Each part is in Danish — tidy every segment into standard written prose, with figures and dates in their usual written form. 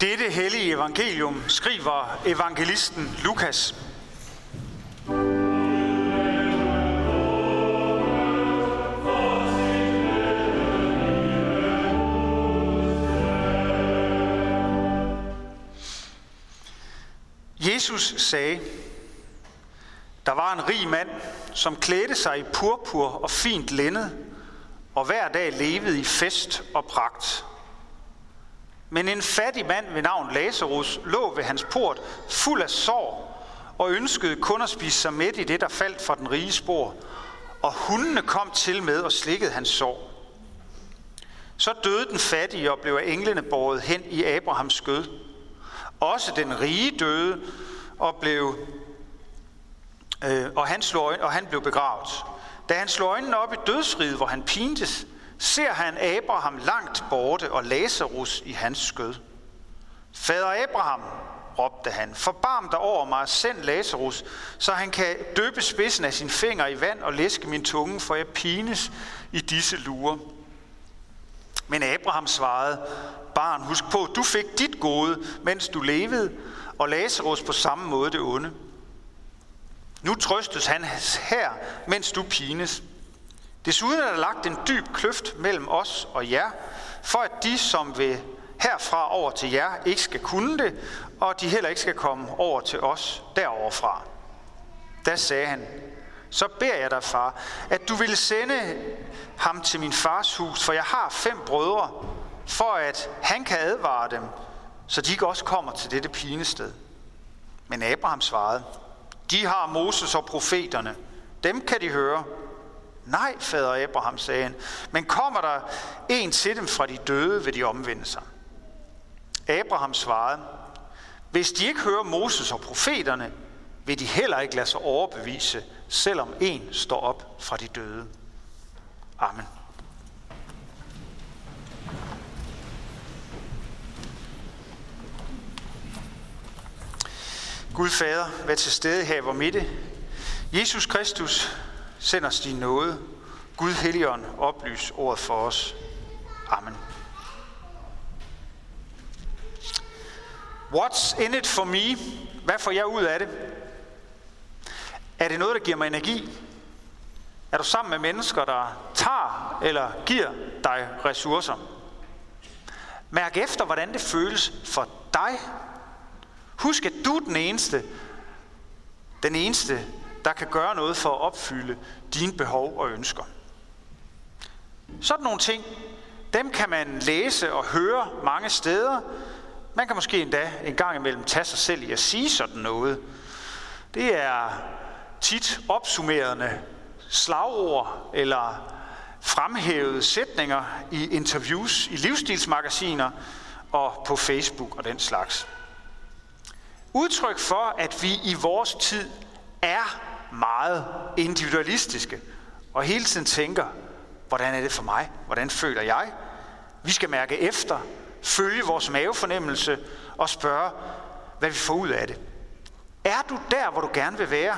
Dette hellige evangelium skriver evangelisten Lukas. Jesus sagde, der var en rig mand, som klædte sig i purpur og fint linned, og hver dag levede i fest og pragt. Men en fattig mand ved navn Lazarus lå ved hans port fuld af sår og ønskede kun at spise sig mæt i det, der faldt fra den riges bord, og hundene kom til med og slikkede hans sår. Så døde den fattige og blev af englene båret hen i Abrahams skød. Også den rige døde og han blev begravet. Da han slog øjnene op i dødsriget, hvor han pintes, ser han Abraham langt borte og Lazarus i hans skød. Fader Abraham, råbte han, forbarm dig over mig og send Lazarus, så han kan døbe spidsen af sin finger i vand og læske min tunge, for jeg pines i disse lurer. Men Abraham svarede, barn, husk på, du fik dit gode, mens du levede, og Lazarus på samme måde det onde. Nu trøstes han her, mens du pines. Desuden er der lagt en dyb kløft mellem os og jer, for at de, som vil herfra over til jer, ikke skal kunne det, og de heller ikke skal komme over til os deroverfra. Da sagde han, så beder jeg dig, far, at du ville sende ham til min fars hus, for jeg har 5 brødre, for at han kan advare dem, så de ikke også kommer til dette pinested. Men Abraham svarede, de har Moses og profeterne, dem kan de høre. Nej, fader Abraham, sagde han, men kommer der en til dem fra de døde, vil de omvende sig. Abraham svarede, hvis de ikke hører Moses og profeterne, vil de heller ikke lade sig overbevise, selvom en står op fra de døde. Amen. Gud Fader, vær til stede her i vor midte. Jesus Kristus, send os din nåde. Gud Helligånd, oplys ordet for os. Amen. What's in it for me? Hvad får jeg ud af det? Er det noget, der giver mig energi? Er du sammen med mennesker, der tager eller giver dig ressourcer? Mærk efter, hvordan det føles for dig. Husk, at du er den eneste, der kan gøre noget for at opfylde dine behov og ønsker. Sådan nogle ting, dem kan man læse og høre mange steder. Man kan måske endda en gang imellem tage sig selv i at sige sådan noget. Det er tit opsummerende slagord eller fremhævede sætninger i interviews, i livsstilsmagasiner og på Facebook og den slags. Udtryk for, at vi i vores tid er meget individualistiske og hele tiden tænker, hvordan er det for mig? Hvordan føler jeg? Vi skal mærke efter, følge vores mavefornemmelse og spørge, hvad vi får ud af det. Er du der, hvor du gerne vil være?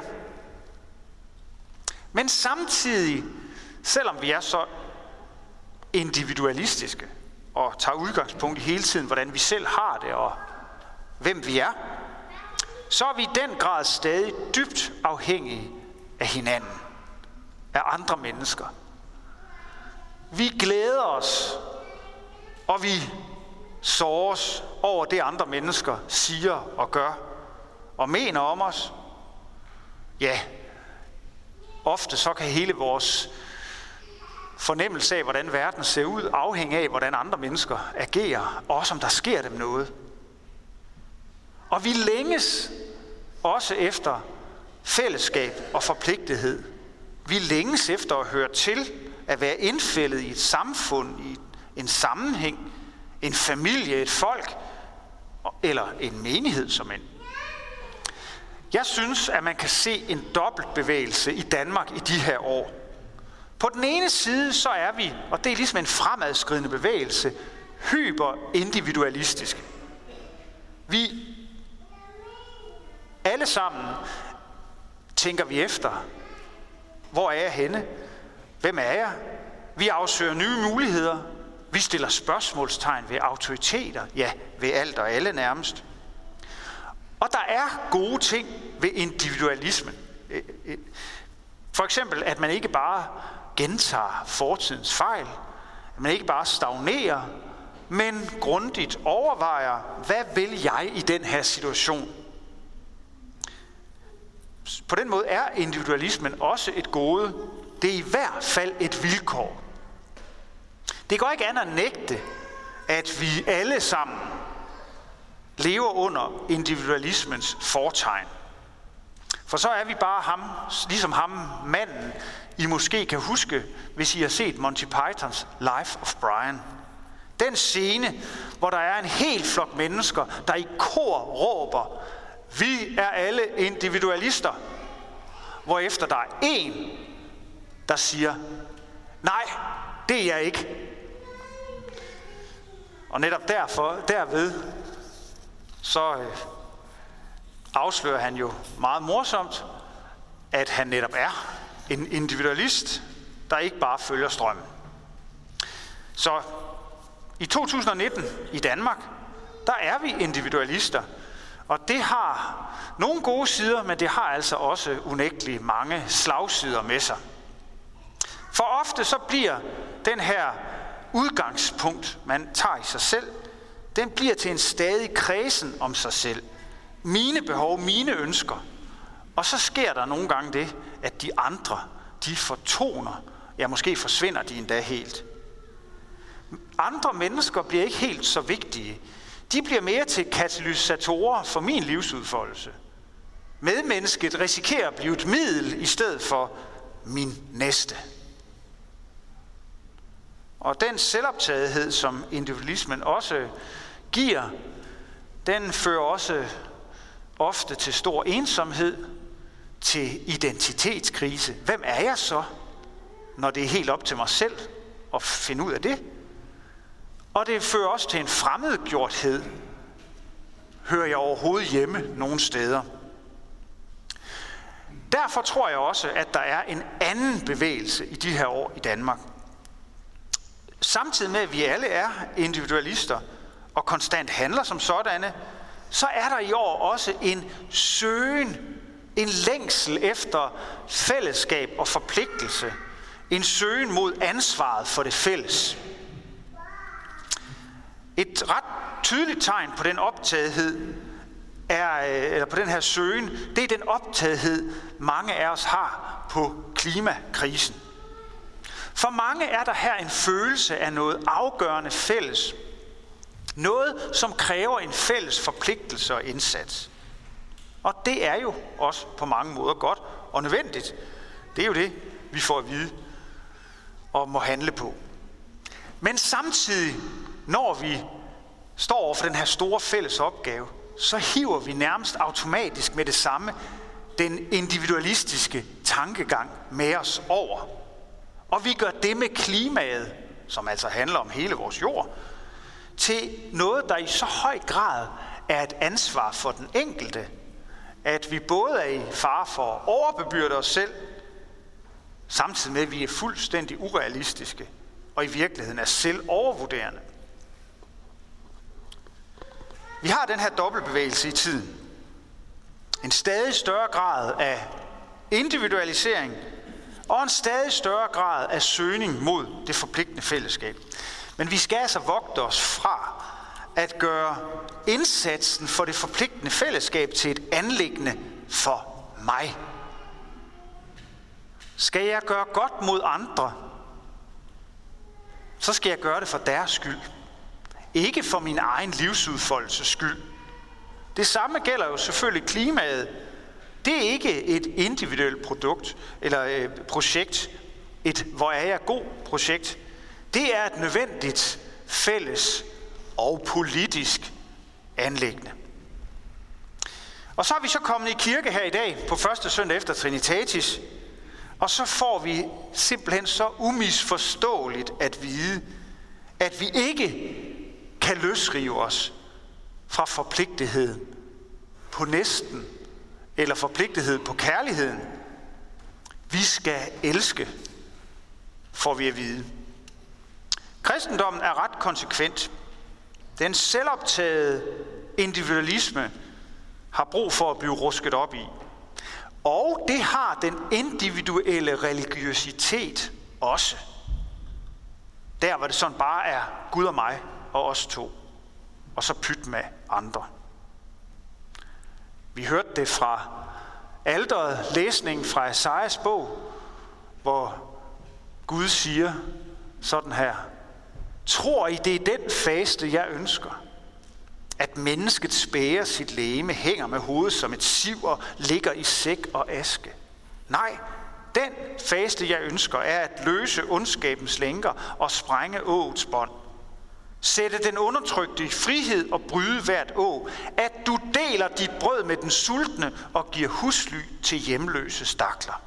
Men samtidig, selvom vi er så individualistiske og tager udgangspunkt i hele tiden, hvordan vi selv har det og hvem vi er, så er vi i den grad stadig dybt afhængige af hinanden, af andre mennesker. Vi glæder os, og vi såres over det, andre mennesker siger og gør og mener om os. Ja, ofte så kan hele vores fornemmelse af, hvordan verden ser ud, afhænge af, hvordan andre mennesker agerer, og også om der sker dem noget. Og vi længes også efter fællesskab og forpligtethed. Vi længes efter at høre til, at være indfældet i et samfund, i en sammenhæng, en familie, et folk eller en menighed som en. Jeg synes, at man kan se en dobbeltbevægelse i Danmark i de her år. På den ene side, så er vi, og det er ligesom en fremadskridende bevægelse, hyperindividualistiske. Vi alle sammen tænker vi efter, hvor er jeg henne? Hvem er jeg? Vi afsøger nye muligheder. Vi stiller spørgsmålstegn ved autoriteter, ja, ved alt og alle nærmest. Og der er gode ting ved individualismen. For eksempel, at man ikke bare gentager fortidens fejl, at man ikke bare stagnerer, men grundigt overvejer, hvad vil jeg i den her situation? På den måde er individualismen også et gode. Det er i hvert fald et vilkår. Det går ikke an at nægte, at vi alle sammen lever under individualismens fortegn. For så er vi bare ham, ligesom ham manden, I måske kan huske, hvis I har set Monty Pythons Life of Brian. Den scene, hvor der er en hel flok mennesker, der i kor råber, vi er alle individualister. Hvorefter der er en, der siger, nej, det er jeg ikke. Og netop derved, så afslører han jo meget morsomt, at han netop er en individualist, der ikke bare følger strømmen. Så i 2019 i Danmark, der er vi individualister, og det har nogle gode sider, men det har altså også unægteligt mange slagsider med sig. For ofte så bliver den her udgangspunkt, man tager i sig selv, den bliver til en stadig kredsen om sig selv. Mine behov, mine ønsker. Og så sker der nogle gange det, at de andre, de fortoner, ja måske forsvinder de endda helt. Andre mennesker bliver ikke helt så vigtige. De bliver mere til katalysatorer for min livsudfoldelse. Medmennesket risikerer at blive et middel i stedet for min næste. Og den selvoptagethed, som individualismen også giver, den fører også ofte til stor ensomhed, til identitetskrise. Hvem er jeg så, når det er helt op til mig selv at finde ud af det? Og det fører også til en fremmedgjorthed. Hører jeg overhovedet hjemme nogle steder? Derfor tror jeg også, at der er en anden bevægelse i de her år i Danmark. Samtidig med, at vi alle er individualister og konstant handler som sådanne, så er der i år også en søgen, en længsel efter fællesskab og forpligtelse. En søgen mod ansvaret for det fælles. Et ret tydeligt tegn på den optagethed, eller på den her søgen, det er den optagethed, mange af os har på klimakrisen. For mange er der her en følelse af noget afgørende fælles. Noget, som kræver en fælles forpligtelse og indsats. Og det er jo også på mange måder godt og nødvendigt. Det er jo det, vi får at vide og må handle på. Men samtidig, når vi står over for den her store fælles opgave, så hiver vi nærmest automatisk med det samme den individualistiske tankegang med os over. Og vi gør det med klimaet, som altså handler om hele vores jord, til noget, der i så høj grad er et ansvar for den enkelte, at vi både er i fare for at overbebyrde os selv, samtidig med, at vi er fuldstændig urealistiske, og i virkeligheden er selv overvurderende. Vi har den her dobbeltbevægelse i tiden. En stadig større grad af individualisering, og en stadig større grad af søgning mod det forpligtende fællesskab. Men vi skal altså vogte os fra at gøre indsatsen for det forpligtende fællesskab til et anliggende for mig. Skal jeg gøre godt mod andre, så skal jeg gøre det for deres skyld. Ikke for min egen livsudfoldelses skyld. Det samme gælder jo selvfølgelig klimaet. Det er ikke et individuelt produkt eller projekt, et hvor er jeg god projekt. Det er et nødvendigt fælles og politisk anliggende. Og så er vi så kommet i kirke her i dag på første søndag efter Trinitatis, og så får vi simpelthen så umisforståeligt at vide, at vi ikke kan løsrive os fra forpligtigheden på næsten, eller forpligtighed på kærligheden. Vi skal elske, får vi at vide. Kristendommen er ret konsekvent. Den selvoptagede individualisme har brug for at blive rusket op i. Og det har den individuelle religiøsitet også. Der hvor det sådan bare er Gud og mig og os to, og så pyt med andre. Vi hørte det fra alteret, læsningen fra Esajas bog, hvor Gud siger sådan her: tror I, det er den faste, jeg ønsker? At mennesket spærer sit legeme, hænger med hovedet som et siv og ligger i sæk og aske. Nej, den faste, jeg ønsker, er at løse ondskabens lænker og sprænge ågets bånd. Sætte den undertrykte i frihed og bryde hvert åg. At du deler dit brød med den sultne og giver husly til hjemløse stakler.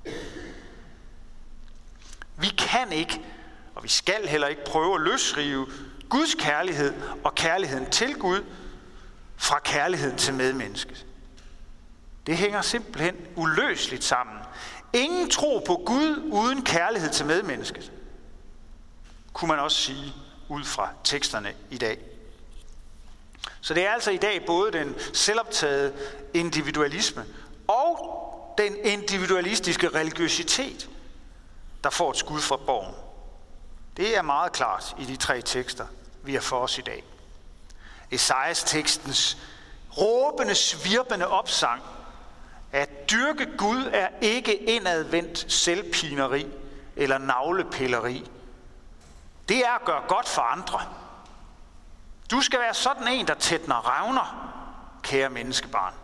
Vi kan ikke, og vi skal heller ikke prøve at løsrive Guds kærlighed og kærligheden til Gud fra kærligheden til medmennesket. Det hænger simpelthen uløseligt sammen. Ingen tro på Gud uden kærlighed til medmennesket, kunne man også sige ud fra teksterne i dag. Så det er altså i dag både den selvoptagede individualisme og den individualistiske religiøsitet, der får et skud fra borgen. Det er meget klart i de 3 tekster, vi har for os i dag. Esajas tekstens råbende, svirpende opsang: at dyrke Gud er ikke indadvendt selvpineri eller navlepilleri. Det er at gøre godt for andre. Du skal være sådan en, der tætner revner, kære menneskebarn.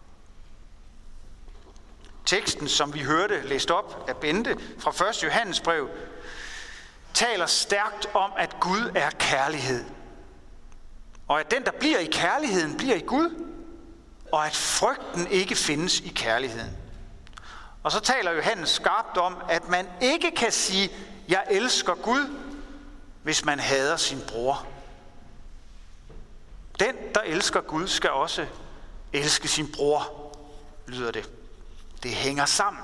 Teksten, som vi hørte læst op af Bente fra 1. Johannes brev, taler stærkt om, at Gud er kærlighed. Og at den, der bliver i kærligheden, bliver i Gud. Og at frygten ikke findes i kærligheden. Og så taler Johannes skarpt om, at man ikke kan sige, jeg elsker Gud, hvis man hader sin bror. Den, der elsker Gud, skal også elske sin bror, lyder det. Det hænger sammen.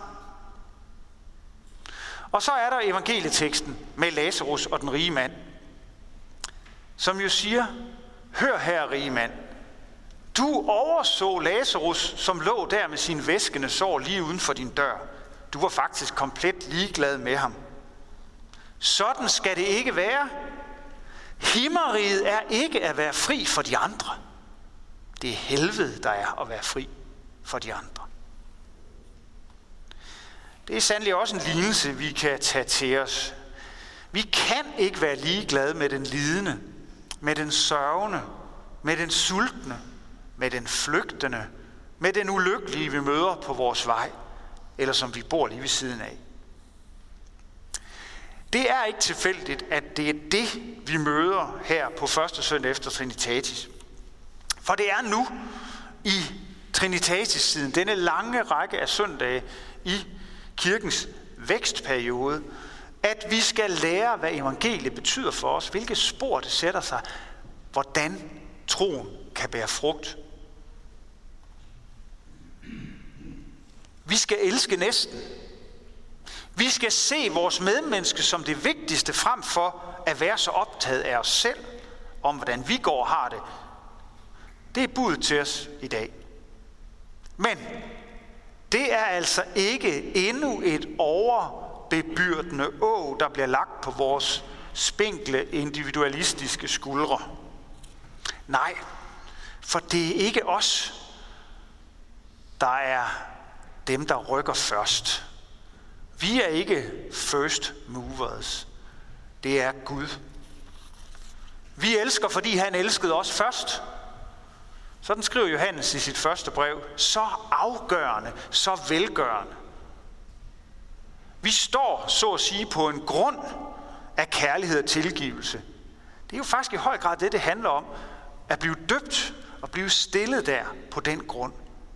Og så er der evangelieteksten med Lazarus og den rige mand, som jo siger: hør her, rige mand, du overså Lazarus, som lå der med sin væskende sår lige uden for din dør. Du var faktisk komplet ligeglad med ham. Sådan skal det ikke være. Himmeriget er ikke at være fri for de andre. Det er helvede, der er at være fri for de andre. Det er sandelig også en lignelse, vi kan tage til os. Vi kan ikke være ligeglade med den lidende, med den sørgende, med den sultne, med den flygtende, med den ulykkelige, vi møder på vores vej, eller som vi bor lige ved siden af. Det er ikke tilfældigt, at det er det, vi møder her på første søndag efter Trinitatis. For det er nu i Trinitatis-tiden, denne lange række af søndage i kirkens vækstperiode, at vi skal lære, hvad evangeliet betyder for os, hvilke spor det sætter sig, hvordan troen kan bære frugt. Vi skal elske næsten. Vi skal se vores medmenneske som det vigtigste, frem for at være så optaget af os selv, om hvordan vi går og har det. Det er budet til os i dag. Men det er altså ikke endnu et overbebyrdende åg, der bliver lagt på vores spinkle individualistiske skuldre. Nej, for det er ikke os, der er dem, der rykker først. Vi er ikke first movers. Det er Gud. Vi elsker, fordi han elskede os først. Sådan skriver Johannes i sit første brev. Så afgørende, så velgørende. Vi står, så at sige, på en grund af kærlighed og tilgivelse. Det er jo faktisk i høj grad det handler om. At blive døbt og blive stillet der på den grund.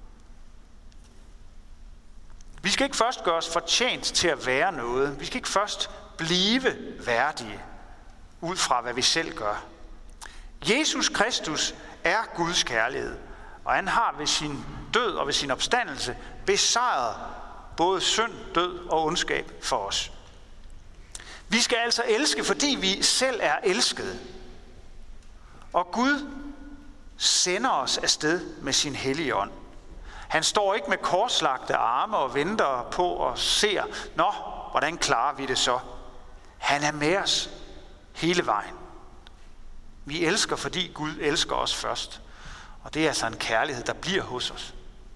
Vi skal ikke først gøre os fortjent til at være noget. Vi skal ikke først blive værdige ud fra, hvad vi selv gør. Jesus Kristus er Guds kærlighed, og han har ved sin død og ved sin opstandelse besejret både synd, død og ondskab for os. Vi skal altså elske, fordi vi selv er elskede. Og Gud sender os afsted med sin hellige ånd. Han står ikke med korslagte arme og venter på og ser, hvordan klarer vi det så? Han er med os hele vejen. Vi elsker, fordi Gud elsker os først. Og det er altså en kærlighed, der bliver hos os.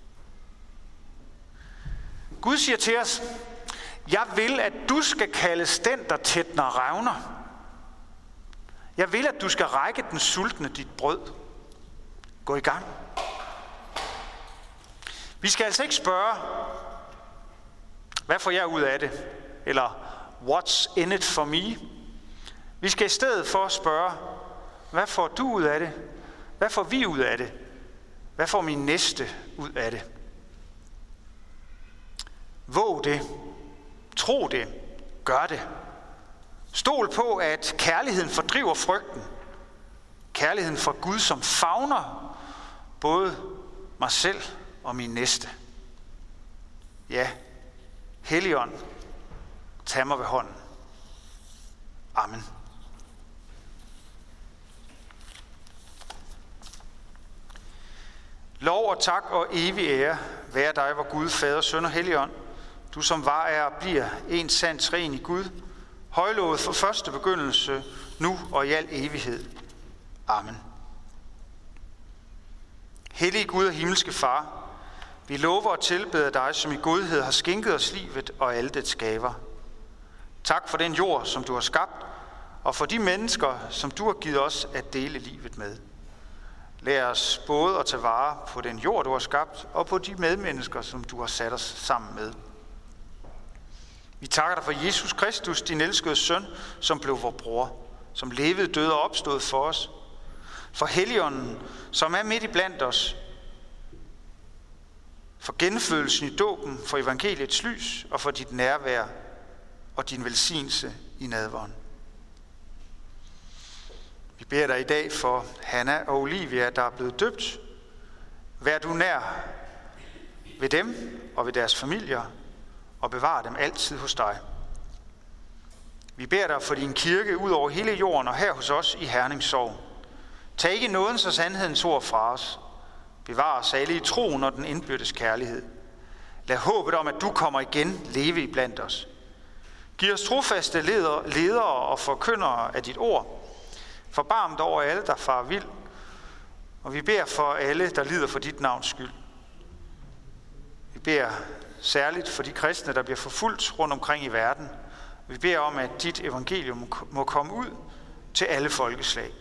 Gud siger til os, jeg vil, at du skal kaldes den, der tætner revner. Jeg vil, at du skal række den sultne dit brød. Gå i gang. Vi skal altså ikke spørge, hvad får jeg ud af det? Eller what's in it for me? Vi skal i stedet for spørge, hvad får du ud af det? Hvad får vi ud af det? Hvad får min næste ud af det? Våg det. Tro det. Gør det. Stol på, at kærligheden fordriver frygten. Kærligheden fra Gud, som favner både mig selv og min næste. Ja, Helligånd, tag mig ved hånden. Amen. Lov og tak og evig ære være dig, vor Gud, Fader, Søn og Helligånd, du som var, er og bliver en sand træen i Gud, højlovet fra første begyndelse, nu og i al evighed. Amen. Hellige Gud og himmelske Far, vi lover og tilbeder dig, som i godhed har skænket os livet og alle dets gaver. Tak for den jord, som du har skabt, og for de mennesker, som du har givet os at dele livet med. Lad os både at tage vare på den jord, du har skabt, og på de medmennesker, som du har sat os sammen med. Vi takker dig for Jesus Kristus, din elskede søn, som blev vor bror, som levede, døde og opstod for os. For Helligånden, som er midt i blandt os. For genfødelsen i dåben, for evangeliets lys og for dit nærvær og din velsignelse i nadveren. Vi beder dig i dag for Hanna og Olivia, der er blevet døbt. Vær du nær ved dem og ved deres familier, og bevar dem altid hos dig. Vi beder dig for din kirke ud over hele jorden og her hos os i Herning Sogn. Tag ikke nådens og sandhedens ord fra os. Bevar os alle i troen og den indbyrdes kærlighed. Lad håbet om, at du kommer igen, leve iblandt os. Giv os trofaste ledere og forkyndere af dit ord. Forbarm dig over alle, der farer vild. Og vi beder for alle, der lider for dit navns skyld. Vi beder særligt for de kristne, der bliver forfulgt rundt omkring i verden. Vi beder om, at dit evangelium må komme ud til alle folkeslag.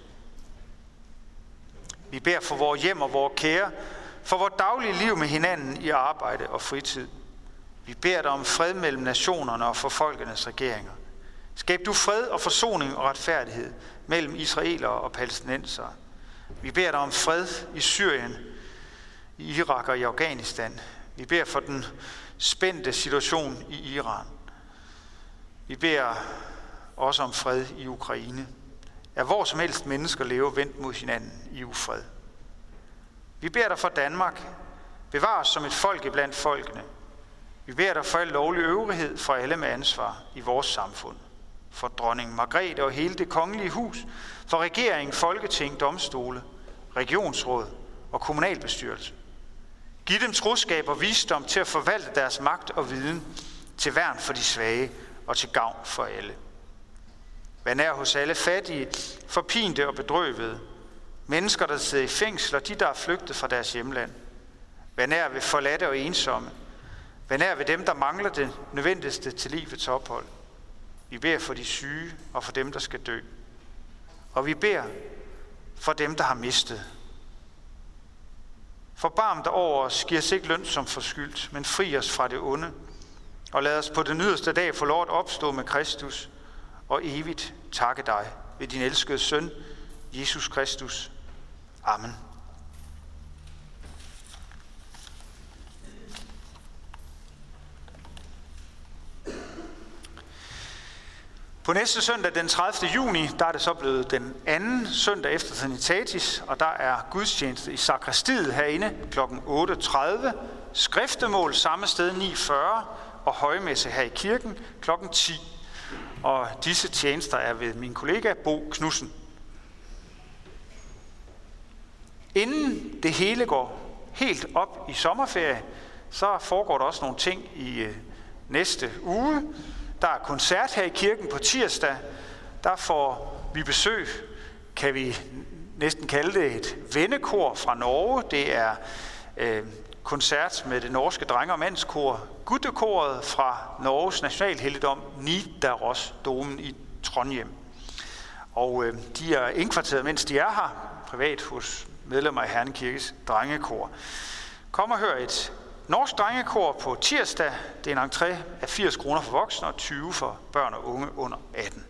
Vi beder for vores hjem og vores kære, for vores daglige liv med hinanden i arbejde og fritid. Vi beder dig om fred mellem nationerne og for folkenes regeringer. Skab du fred og forsoning og retfærdighed mellem israelere og palæstinensere. Vi beder dig om fred i Syrien, i Irak og i Afghanistan. Vi beder for den spændte situation i Iran. Vi beder også om fred i Ukraine. At hvor som helst mennesker lever vendt mod hinanden i ufred. Vi beder dig for Danmark. Bevar os som et folk iblandt folkene. Vi beder dig for al lovlig øvrighed for alle med ansvar i vores samfund. For dronning Margrethe og hele det kongelige hus. For regering, folketing, domstole, regionsråd og kommunalbestyrelse. Giv dem troskab og visdom til at forvalte deres magt og viden til værn for de svage og til gavn for alle. Vær nær hos alle fattige, forpinte og bedrøvede, mennesker, der sidder i fængsel og de, der er flygtet fra deres hjemland. Vær nær ved forladte og ensomme. Vær nær ved dem, der mangler det nødvendigste til livets ophold. Vi beder for de syge og for dem, der skal dø. Og vi beder for dem, der har mistet. Forbarm dig over os, giv os ikke løn som forskyldt, men fri os fra det onde. Og lad os på den yderste dag få lov at opstå med Kristus og evigt takke dig ved din elskede søn, Jesus Kristus. Amen. På næste søndag, den 30. juni, der er det så blevet den anden søndag efter Trinitatis, og der er gudstjeneste i sakristiet herinde kl. 8.30, skriftemål samme sted 9.40 og højmesse her i kirken kl. 10. og disse tjenester er ved min kollega Bo Knudsen. Inden det hele går helt op i sommerferie, så foregår der også nogle ting i næste uge. Der er koncert her i kirken på tirsdag. Der får vi besøg, kan vi næsten kalde det et vennekor fra Norge. Det er koncert med det norske drenge- og mandskor Guddekoret fra Norges nationalhelligdom Nidarosdomen i Trondheim. Og de er indkvarteret, mens de er her, privat hos medlemmer af Herning Kirkes drengekor. Kom og hør et norsk drengekor på tirsdag. Det er en entré af 80 kroner for voksne og 20 for børn og unge under 18.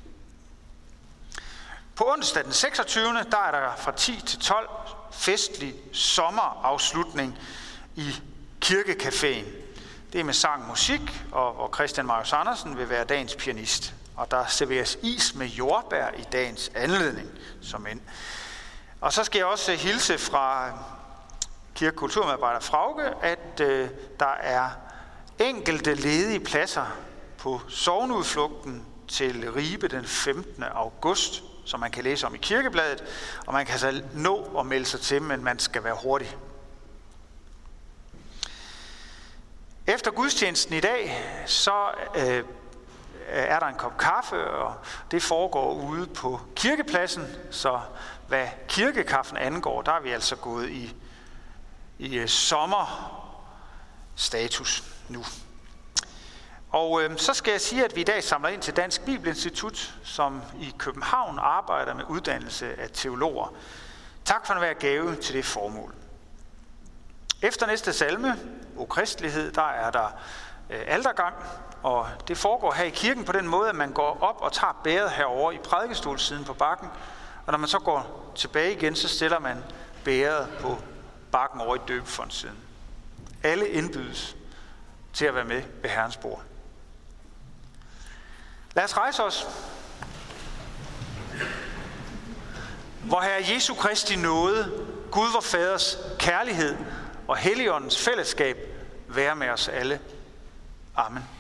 På onsdag den 26. der er der fra 10 til 12 festlig sommerafslutning i Kirkecaféen. Det er med sang og musik, og hvor Christian Marius Andersen vil være dagens pianist. Og der serveres is med jordbær i dagens anledning som ind. Og så skal jeg også hilse fra kirkekulturmedarbejder Frauke, at der er enkelte ledige pladser på sogneudflugten til Ribe den 15. august, som man kan læse om i Kirkebladet, og man kan så nå at melde sig til, men man skal være hurtig. Efter gudstjenesten i dag, så er der en kop kaffe, og det foregår ude på kirkepladsen, så hvad kirkekaffen angår, der er vi altså gået i sommerstatus nu. Og så skal jeg sige, at vi i dag samler ind til Dansk Bibelinstitut, som i København arbejder med uddannelse af teologer. Tak for enhver gave til det formål. Efter næste salme, O Kristelighed, der er der altergang, og det foregår her i kirken på den måde, at man går op og tager bæret herover i prædikestolssiden på bakken, og når man så går tilbage igen, så stiller man bæret på bakken over i døbefondssiden. Alle indbydes til at være med ved Herrens bord. Lad os rejse os. Vor Herre Jesu Kristi nåde, Gud vor Faders kærlighed og Helligåndens fællesskab være med os alle. Amen.